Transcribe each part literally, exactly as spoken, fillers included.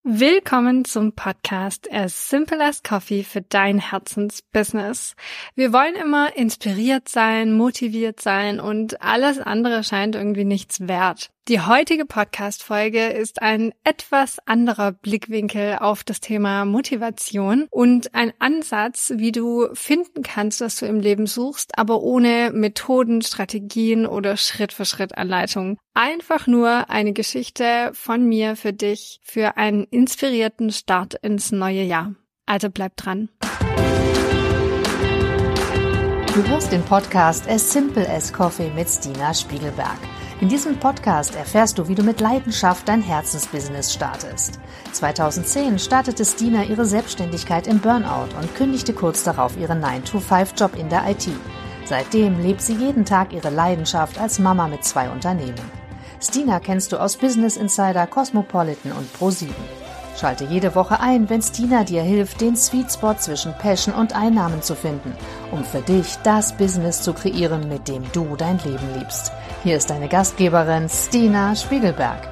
Willkommen zum Podcast As Simple as Coffee für dein Herzensbusiness. Wir wollen immer inspiriert sein, motiviert sein und alles andere scheint irgendwie nichts wert. Die heutige Podcast-Folge ist ein etwas anderer Blickwinkel auf das Thema Motivation und ein Ansatz, wie du finden kannst, was du im Leben suchst, aber ohne Methoden, Strategien oder Schritt-für-Schritt-Anleitungen. Einfach nur eine Geschichte von mir für dich, für einen inspirierten Start ins neue Jahr. Also bleib dran. Du hörst den Podcast As Simple as Coffee mit Stina Spiegelberg. In diesem Podcast erfährst du, wie du mit Leidenschaft dein Herzensbusiness startest. zweitausendzehn startete Stina ihre Selbstständigkeit im Burnout und kündigte kurz darauf ihren nine to five Job in der I T. Seitdem lebt sie jeden Tag ihre Leidenschaft als Mama mit zwei Unternehmen. Stina kennst du aus Business Insider, Cosmopolitan und ProSieben. Schalte jede Woche ein, wenn Stina dir hilft, den Sweet Spot zwischen Passion und Einnahmen zu finden, um für dich das Business zu kreieren, mit dem du dein Leben liebst. Hier ist deine Gastgeberin Stina Spiegelberg.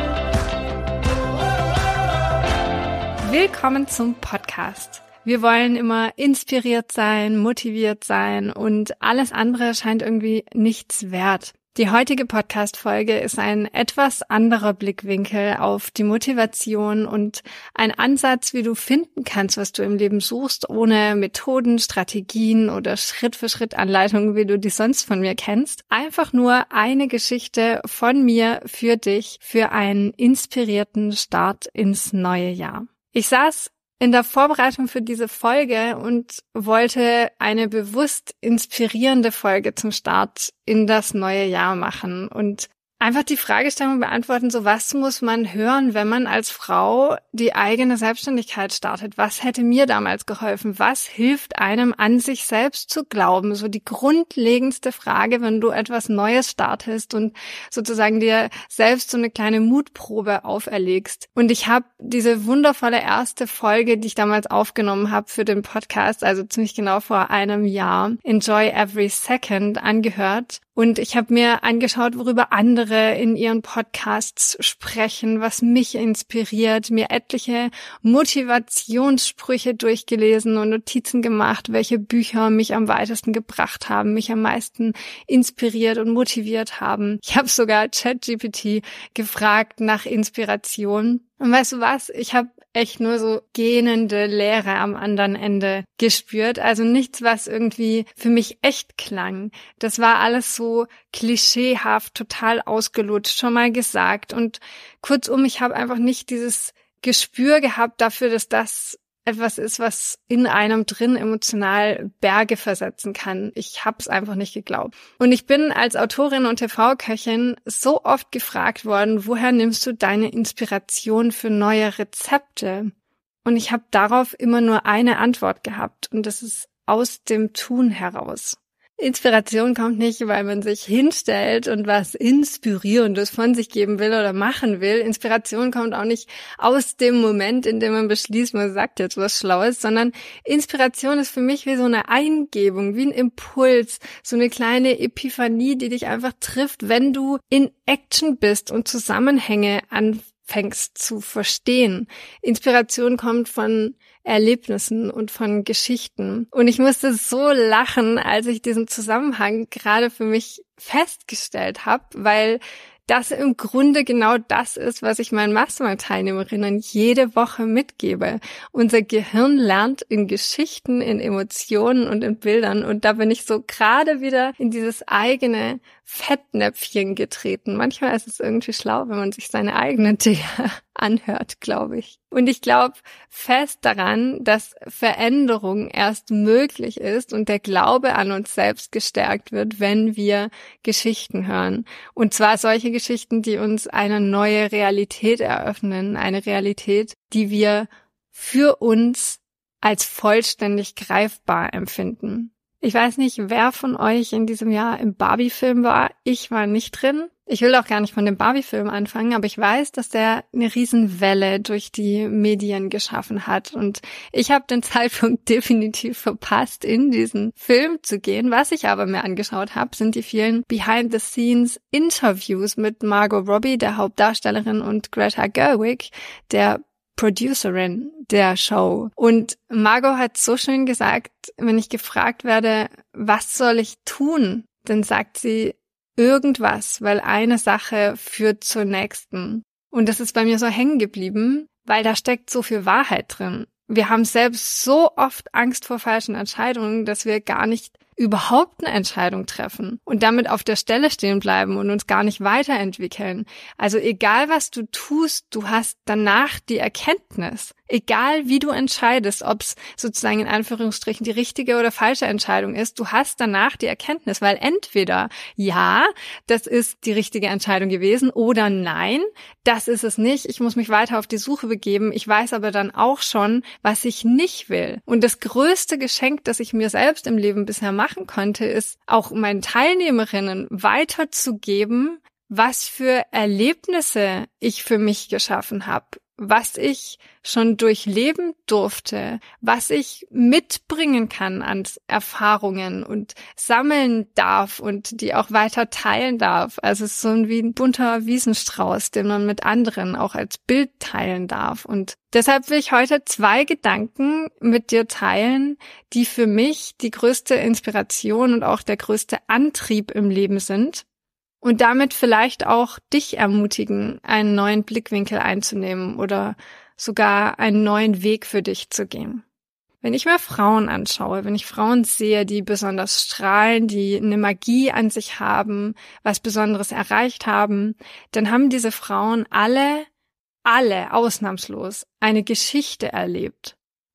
Willkommen zum Podcast. Wir wollen immer inspiriert sein, motiviert sein und alles andere scheint irgendwie nichts wert. Die heutige Podcast-Folge ist ein etwas anderer Blickwinkel auf die Motivation und ein Ansatz, wie du finden kannst, was du im Leben suchst, ohne Methoden, Strategien oder Schritt-für-Schritt-Anleitungen, wie du die sonst von mir kennst. Einfach nur eine Geschichte von mir für dich, für einen inspirierten Start ins neue Jahr. Ich saß in der Vorbereitung für diese Folge und wollte eine bewusst inspirierende Folge zum Start in das neue Jahr machen und einfach die Fragestellung beantworten, so was muss man hören, wenn man als Frau die eigene Selbstständigkeit startet? Was hätte mir damals geholfen? Was hilft einem, an sich selbst zu glauben? So die grundlegendste Frage, wenn du etwas Neues startest und sozusagen dir selbst so eine kleine Mutprobe auferlegst. Und ich habe diese wundervolle erste Folge, die ich damals aufgenommen habe für den Podcast, also ziemlich genau vor einem Jahr, Enjoy Every Second, angehört. Und ich habe mir angeschaut, worüber andere in ihren Podcasts sprechen, was mich inspiriert, mir etliche Motivationssprüche durchgelesen und Notizen gemacht, welche Bücher mich am weitesten gebracht haben, mich am meisten inspiriert und motiviert haben. Ich habe sogar ChatGPT gefragt nach Inspiration. Und weißt du was? Ich habe echt nur so gähnende Leere am anderen Ende gespürt. Also nichts, was irgendwie für mich echt klang. Das war alles so klischeehaft, total ausgelutscht, schon mal gesagt. Und kurzum, ich habe einfach nicht dieses Gespür gehabt dafür, dass das etwas ist, was in einem drin emotional Berge versetzen kann. Ich habe es einfach nicht geglaubt. Und ich bin als Autorin und T V-Köchin so oft gefragt worden, woher nimmst du deine Inspiration für neue Rezepte? Und ich habe darauf immer nur eine Antwort gehabt und das ist aus dem Tun heraus. Inspiration kommt nicht, weil man sich hinstellt und was Inspirierendes von sich geben will oder machen will. Inspiration kommt auch nicht aus dem Moment, in dem man beschließt, man sagt jetzt was Schlaues, sondern Inspiration ist für mich wie so eine Eingebung, wie ein Impuls, so eine kleine Epiphanie, die dich einfach trifft, wenn du in Action bist und Zusammenhänge anfängst zu verstehen. Inspiration kommt von Erlebnissen und von Geschichten. Und ich musste so lachen, als ich diesen Zusammenhang gerade für mich festgestellt habe, weil das im Grunde genau das ist, was ich meinen Mastermind-Teilnehmerinnen jede Woche mitgebe. Unser Gehirn lernt in Geschichten, in Emotionen und in Bildern. Und da bin ich so gerade wieder in dieses eigene Fettnäpfchen getreten. Manchmal ist es irgendwie schlau, wenn man sich seine eigene Dinge anhört, glaube ich. Und ich glaube fest daran, dass Veränderung erst möglich ist und der Glaube an uns selbst gestärkt wird, wenn wir Geschichten hören. Und zwar solche Geschichten, die uns eine neue Realität eröffnen, eine Realität, die wir für uns als vollständig greifbar empfinden. Ich weiß nicht, wer von euch in diesem Jahr im Barbie-Film war. Ich war nicht drin. Ich will auch gar nicht von dem Barbie-Film anfangen, aber ich weiß, dass der eine Riesenwelle durch die Medien geschaffen hat. Und ich habe den Zeitpunkt definitiv verpasst, in diesen Film zu gehen. Was ich aber mir angeschaut habe, sind die vielen Behind-the-Scenes-Interviews mit Margot Robbie, der Hauptdarstellerin, und Greta Gerwig, der Producerin der Show. Und Margot hat so schön gesagt, wenn ich gefragt werde, was soll ich tun, dann sagt sie irgendwas, weil eine Sache führt zur nächsten. Und das ist bei mir so hängen geblieben, weil da steckt so viel Wahrheit drin. Wir haben selbst so oft Angst vor falschen Entscheidungen, dass wir gar nicht überhaupt eine Entscheidung treffen und damit auf der Stelle stehen bleiben und uns gar nicht weiterentwickeln. Also egal, was du tust, du hast danach die Erkenntnis. Egal, wie du entscheidest, ob es sozusagen in Anführungsstrichen die richtige oder falsche Entscheidung ist, du hast danach die Erkenntnis, weil entweder ja, das ist die richtige Entscheidung gewesen oder nein, das ist es nicht. Ich muss mich weiter auf die Suche begeben. Ich weiß aber dann auch schon, was ich nicht will. Und das größte Geschenk, das ich mir selbst im Leben bisher machen konnte, ist auch meinen Teilnehmerinnen weiterzugeben, was für Erlebnisse ich für mich geschaffen habe, was ich schon durchleben durfte, was ich mitbringen kann an Erfahrungen und sammeln darf und die auch weiter teilen darf. Also es ist so wie ein bunter Wiesenstrauß, den man mit anderen auch als Bild teilen darf. Und deshalb will ich heute zwei Gedanken mit dir teilen, die für mich die größte Inspiration und auch der größte Antrieb im Leben sind. Und damit vielleicht auch dich ermutigen, einen neuen Blickwinkel einzunehmen oder sogar einen neuen Weg für dich zu gehen. Wenn ich mir Frauen anschaue, wenn ich Frauen sehe, die besonders strahlen, die eine Magie an sich haben, was Besonderes erreicht haben, dann haben diese Frauen alle, alle ausnahmslos eine Geschichte erlebt.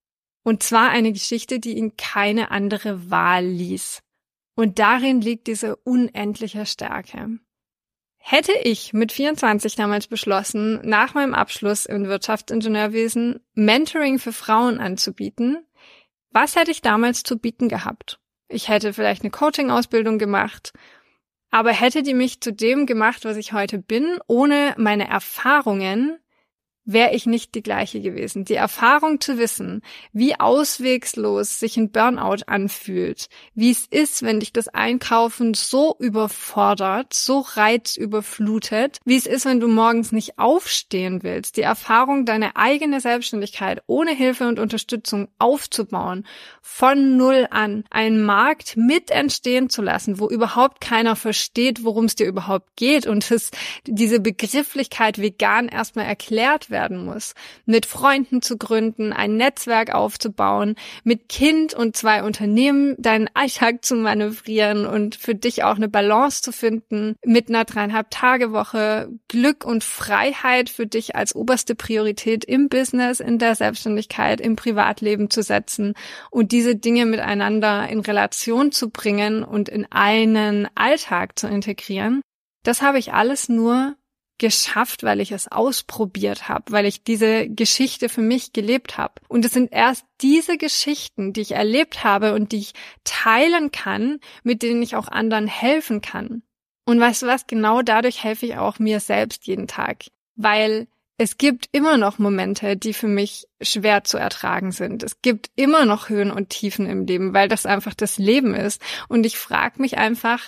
Und zwar eine Geschichte, die ihnen keine andere Wahl ließ. Und darin liegt diese unendliche Stärke. Hätte ich mit vierundzwanzig damals beschlossen, nach meinem Abschluss im Wirtschaftsingenieurwesen Mentoring für Frauen anzubieten, was hätte ich damals zu bieten gehabt? Ich hätte vielleicht eine Coaching-Ausbildung gemacht, aber hätte die mich zu dem gemacht, was ich heute bin, ohne meine Erfahrungen, wäre ich nicht die gleiche gewesen. Die Erfahrung zu wissen, wie auswegslos sich ein Burnout anfühlt, wie es ist, wenn dich das Einkaufen so überfordert, so reizüberflutet, wie es ist, wenn du morgens nicht aufstehen willst, die Erfahrung, deine eigene Selbstständigkeit ohne Hilfe und Unterstützung aufzubauen, von Null an einen Markt mit entstehen zu lassen, wo überhaupt keiner versteht, worum es dir überhaupt geht und es diese Begrifflichkeit vegan erstmal erklärt werden muss, mit Freunden zu gründen, ein Netzwerk aufzubauen, mit Kind und zwei Unternehmen deinen Alltag zu manövrieren und für dich auch eine Balance zu finden, mit einer dreieinhalb Tage Woche, Glück und Freiheit für dich als oberste Priorität im Business, in der Selbstständigkeit, im Privatleben zu setzen und diese Dinge miteinander in Relation zu bringen und in einen Alltag zu integrieren. Das habe ich alles nur geschafft, weil ich es ausprobiert habe, weil ich diese Geschichte für mich gelebt habe. Und es sind erst diese Geschichten, die ich erlebt habe und die ich teilen kann, mit denen ich auch anderen helfen kann. Und weißt du was? Genau dadurch helfe ich auch mir selbst jeden Tag, weil es gibt immer noch Momente, die für mich schwer zu ertragen sind. Es gibt immer noch Höhen und Tiefen im Leben, weil das einfach das Leben ist. Und ich frage mich einfach,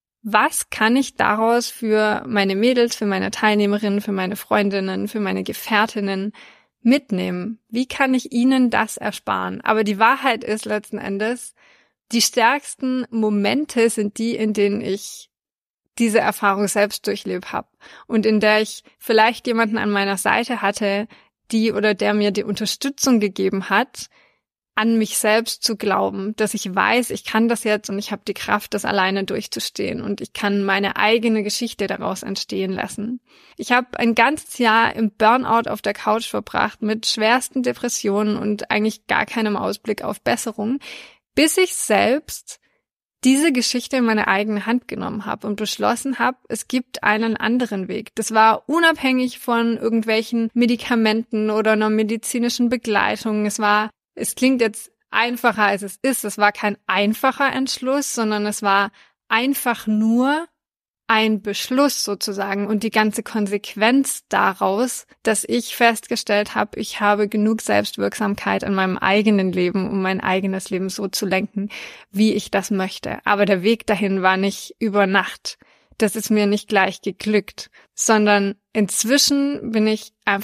was kann ich daraus für meine Mädels, für meine Teilnehmerinnen, für meine Freundinnen, für meine Gefährtinnen mitnehmen? Wie kann ich ihnen das ersparen? Aber die Wahrheit ist letzten Endes, die stärksten Momente sind die, in denen ich diese Erfahrung selbst durchlebt habe und in der ich vielleicht jemanden an meiner Seite hatte, die oder der mir die Unterstützung gegeben hat, an mich selbst zu glauben, dass ich weiß, ich kann das jetzt und ich habe die Kraft, das alleine durchzustehen und ich kann meine eigene Geschichte daraus entstehen lassen. Ich habe ein ganzes Jahr im Burnout auf der Couch verbracht mit schwersten Depressionen und eigentlich gar keinem Ausblick auf Besserung, bis ich selbst diese Geschichte in meine eigene Hand genommen habe und beschlossen habe, es gibt einen anderen Weg. Das war unabhängig von irgendwelchen Medikamenten oder einer medizinischen Begleitung. Es war Es klingt jetzt einfacher, als es ist. Es war kein einfacher Entschluss, sondern es war einfach nur ein Beschluss sozusagen und die ganze Konsequenz daraus, dass ich festgestellt habe, ich habe genug Selbstwirksamkeit in meinem eigenen Leben, um mein eigenes Leben so zu lenken, wie ich das möchte. Aber der Weg dahin war nicht über Nacht. Das ist mir nicht gleich geglückt, sondern inzwischen bin ich einfach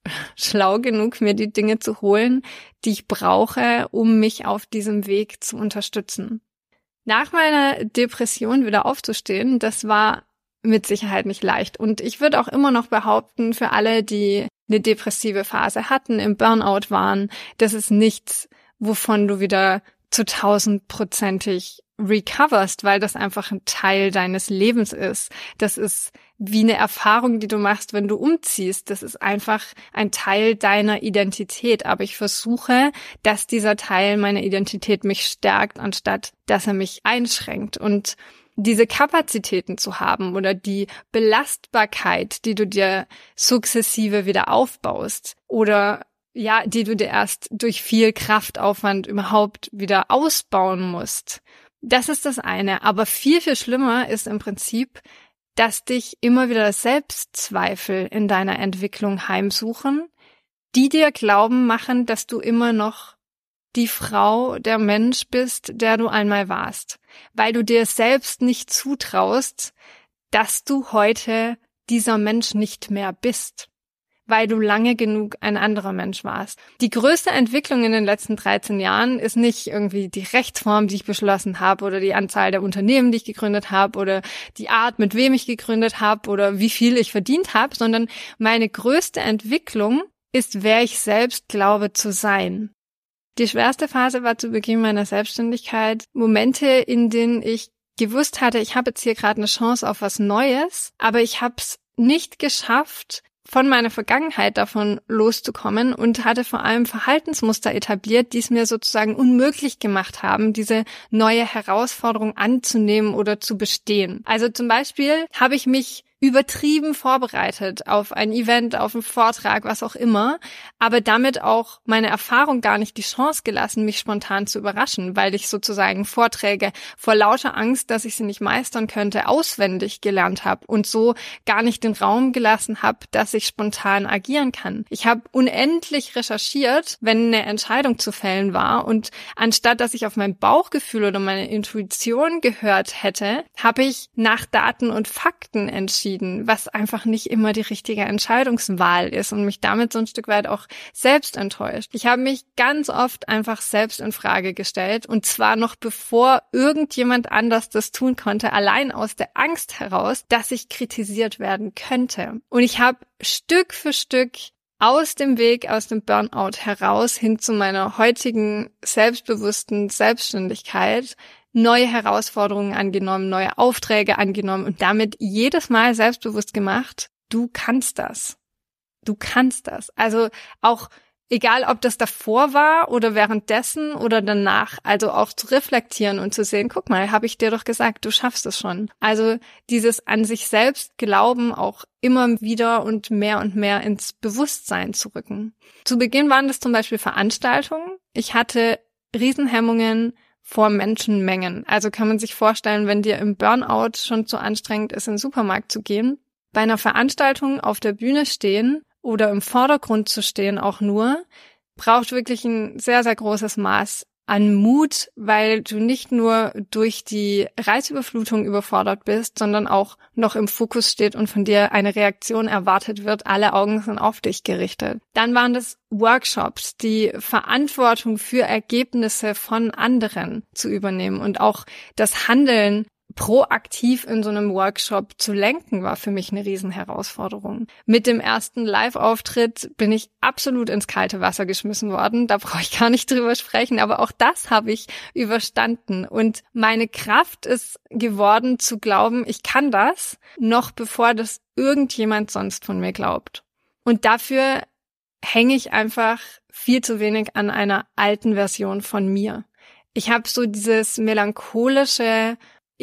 schlau genug, mir die Dinge zu holen, die ich brauche, um mich auf diesem Weg zu unterstützen. Nach meiner Depression wieder aufzustehen, das war mit Sicherheit nicht leicht. Und ich würde auch immer noch behaupten, für alle, die eine depressive Phase hatten, im Burnout waren, das ist nichts, wovon du wieder zu tausendprozentig recoverst, weil das einfach ein Teil deines Lebens ist. Das ist wie eine Erfahrung, die du machst, wenn du umziehst. Das ist einfach ein Teil deiner Identität. Aber ich versuche, dass dieser Teil meiner Identität mich stärkt, anstatt dass er mich einschränkt. Und diese Kapazitäten zu haben oder die Belastbarkeit, die du dir sukzessive wieder aufbaust oder ja, die du dir erst durch viel Kraftaufwand überhaupt wieder ausbauen musst. Das ist das eine. Aber viel, viel schlimmer ist im Prinzip, dass dich immer wieder Selbstzweifel in deiner Entwicklung heimsuchen, die dir glauben machen, dass du immer noch die Frau, der Mensch bist, der du einmal warst. Weil du dir selbst nicht zutraust, dass du heute dieser Mensch nicht mehr bist. Weil du lange genug ein anderer Mensch warst. Die größte Entwicklung in den letzten dreizehn Jahren ist nicht irgendwie die Rechtsform, die ich beschlossen habe oder die Anzahl der Unternehmen, die ich gegründet habe oder die Art, mit wem ich gegründet habe oder wie viel ich verdient habe, sondern meine größte Entwicklung ist, wer ich selbst glaube zu sein. Die schwerste Phase war zu Beginn meiner Selbstständigkeit Momente, in denen ich gewusst hatte, ich habe jetzt hier gerade eine Chance auf was Neues, aber ich habe es nicht geschafft, von meiner Vergangenheit davon loszukommen und hatte vor allem Verhaltensmuster etabliert, die es mir sozusagen unmöglich gemacht haben, diese neue Herausforderung anzunehmen oder zu bestehen. Also zum Beispiel habe ich mich übertrieben vorbereitet auf ein Event, auf einen Vortrag, was auch immer, aber damit auch meine Erfahrung gar nicht die Chance gelassen, mich spontan zu überraschen, weil ich sozusagen Vorträge vor lauter Angst, dass ich sie nicht meistern könnte, auswendig gelernt habe und so gar nicht den Raum gelassen habe, dass ich spontan agieren kann. Ich habe unendlich recherchiert, wenn eine Entscheidung zu fällen war und anstatt, dass ich auf mein Bauchgefühl oder meine Intuition gehört hätte, habe ich nach Daten und Fakten entschieden, was einfach nicht immer die richtige Entscheidungswahl ist und mich damit so ein Stück weit auch selbst enttäuscht. Ich habe mich ganz oft einfach selbst in Frage gestellt und zwar noch bevor irgendjemand anders das tun konnte, allein aus der Angst heraus, dass ich kritisiert werden könnte. Und ich habe Stück für Stück aus dem Weg, aus dem Burnout heraus hin zu meiner heutigen selbstbewussten Selbstständigkeit neue Herausforderungen angenommen, neue Aufträge angenommen und damit jedes Mal selbstbewusst gemacht, du kannst das. Du kannst das. Also auch egal, ob das davor war oder währenddessen oder danach, also auch zu reflektieren und zu sehen, guck mal, habe ich dir doch gesagt, du schaffst es schon. Also dieses an sich selbst Glauben auch immer wieder und mehr und mehr ins Bewusstsein zu rücken. Zu Beginn waren das zum Beispiel Veranstaltungen. Ich hatte Riesenhemmungen vor Menschenmengen. Also kann man sich vorstellen, wenn dir im Burnout schon zu anstrengend ist, in den Supermarkt zu gehen, bei einer Veranstaltung auf der Bühne stehen oder im Vordergrund zu stehen auch nur, braucht wirklich ein sehr, sehr großes Maß an Mut, weil du nicht nur durch die Reizüberflutung überfordert bist, sondern auch noch im Fokus steht und von dir eine Reaktion erwartet wird. Alle Augen sind auf dich gerichtet. Dann waren das Workshops, die Verantwortung für Ergebnisse von anderen zu übernehmen und auch das Handeln proaktiv in so einem Workshop zu lenken, war für mich eine Riesenherausforderung. Mit dem ersten Live-Auftritt bin ich absolut ins kalte Wasser geschmissen worden. Da brauche ich gar nicht drüber sprechen, aber auch das habe ich überstanden. Und meine Kraft ist geworden, zu glauben, ich kann das, noch bevor das irgendjemand sonst von mir glaubt. Und dafür hänge ich einfach viel zu wenig an einer alten Version von mir. Ich habe so dieses melancholische,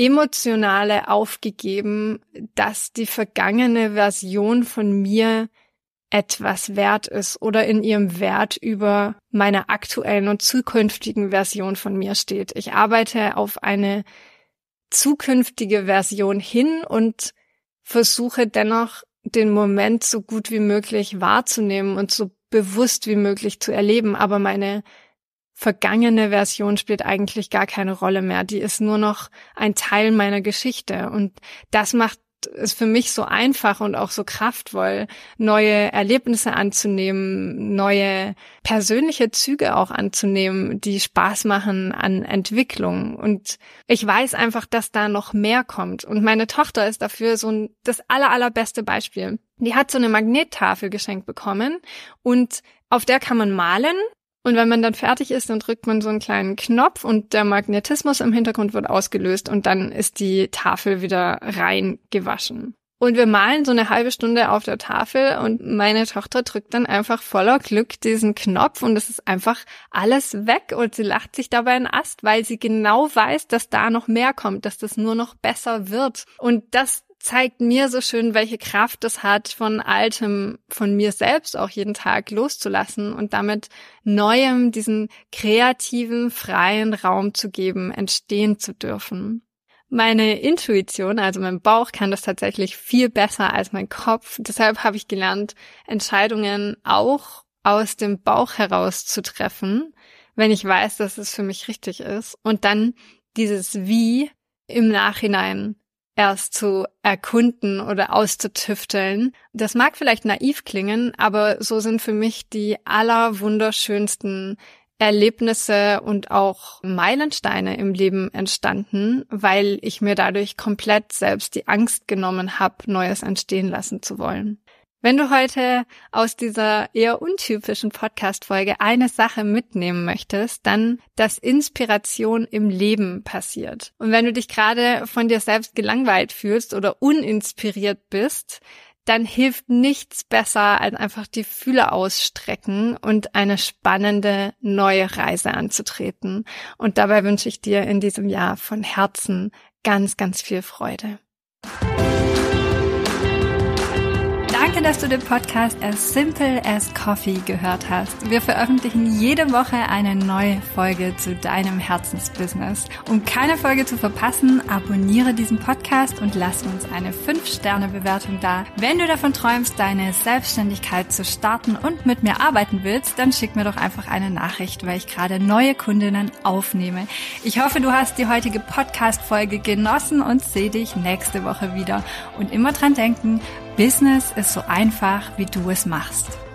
emotionale aufgegeben, dass die vergangene Version von mir etwas wert ist oder in ihrem Wert über meiner aktuellen und zukünftigen Version von mir steht. Ich arbeite auf eine zukünftige Version hin und versuche dennoch den Moment so gut wie möglich wahrzunehmen und so bewusst wie möglich zu erleben, aber meine vergangene Version spielt eigentlich gar keine Rolle mehr. Die ist nur noch ein Teil meiner Geschichte und das macht ist für mich so einfach und auch so kraftvoll, neue Erlebnisse anzunehmen, neue persönliche Züge auch anzunehmen, die Spaß machen an Entwicklung. Und ich weiß einfach, dass da noch mehr kommt. Und meine Tochter ist dafür so ein, das aller, allerbeste Beispiel. Die hat so eine Magnettafel geschenkt bekommen und auf der kann man malen. Und wenn man dann fertig ist, dann drückt man so einen kleinen Knopf und der Magnetismus im Hintergrund wird ausgelöst und dann ist die Tafel wieder rein gewaschen. Und wir malen so eine halbe Stunde auf der Tafel und meine Tochter drückt dann einfach voller Glück diesen Knopf und es ist einfach alles weg und sie lacht sich dabei einen Ast, weil sie genau weiß, dass da noch mehr kommt, dass das nur noch besser wird. Und das zeigt mir so schön, welche Kraft es hat, von Altem, von mir selbst auch jeden Tag loszulassen und damit Neuem, diesen kreativen, freien Raum zu geben, entstehen zu dürfen. Meine Intuition, also mein Bauch, kann das tatsächlich viel besser als mein Kopf. Deshalb habe ich gelernt, Entscheidungen auch aus dem Bauch heraus zu treffen, wenn ich weiß, dass es für mich richtig ist. Und dann dieses Wie im Nachhinein erst zu erkunden oder auszutüfteln. Das mag vielleicht naiv klingen, aber so sind für mich die allerwunderschönsten Erlebnisse und auch Meilensteine im Leben entstanden, weil ich mir dadurch komplett selbst die Angst genommen habe, Neues entstehen lassen zu wollen. Wenn du heute aus dieser eher untypischen Podcast-Folge eine Sache mitnehmen möchtest, dann, dass Inspiration im Leben passiert. Und wenn du dich gerade von dir selbst gelangweilt fühlst oder uninspiriert bist, dann hilft nichts besser, als einfach die Fühler ausstrecken und eine spannende neue Reise anzutreten. Und dabei wünsche ich dir in diesem Jahr von Herzen ganz, ganz viel Freude. Danke, dass du den Podcast As Simple as Coffee gehört hast. Wir veröffentlichen jede Woche eine neue Folge zu deinem Herzensbusiness. Um keine Folge zu verpassen, abonniere diesen Podcast und lass uns eine fünf Sterne Bewertung da. Wenn du davon träumst, deine Selbstständigkeit zu starten und mit mir arbeiten willst, dann schick mir doch einfach eine Nachricht, weil ich gerade neue Kundinnen aufnehme. Ich hoffe, du hast die heutige Podcast-Folge genossen und sehe dich nächste Woche wieder. Und immer dran denken, Business ist so einfach, wie du es machst.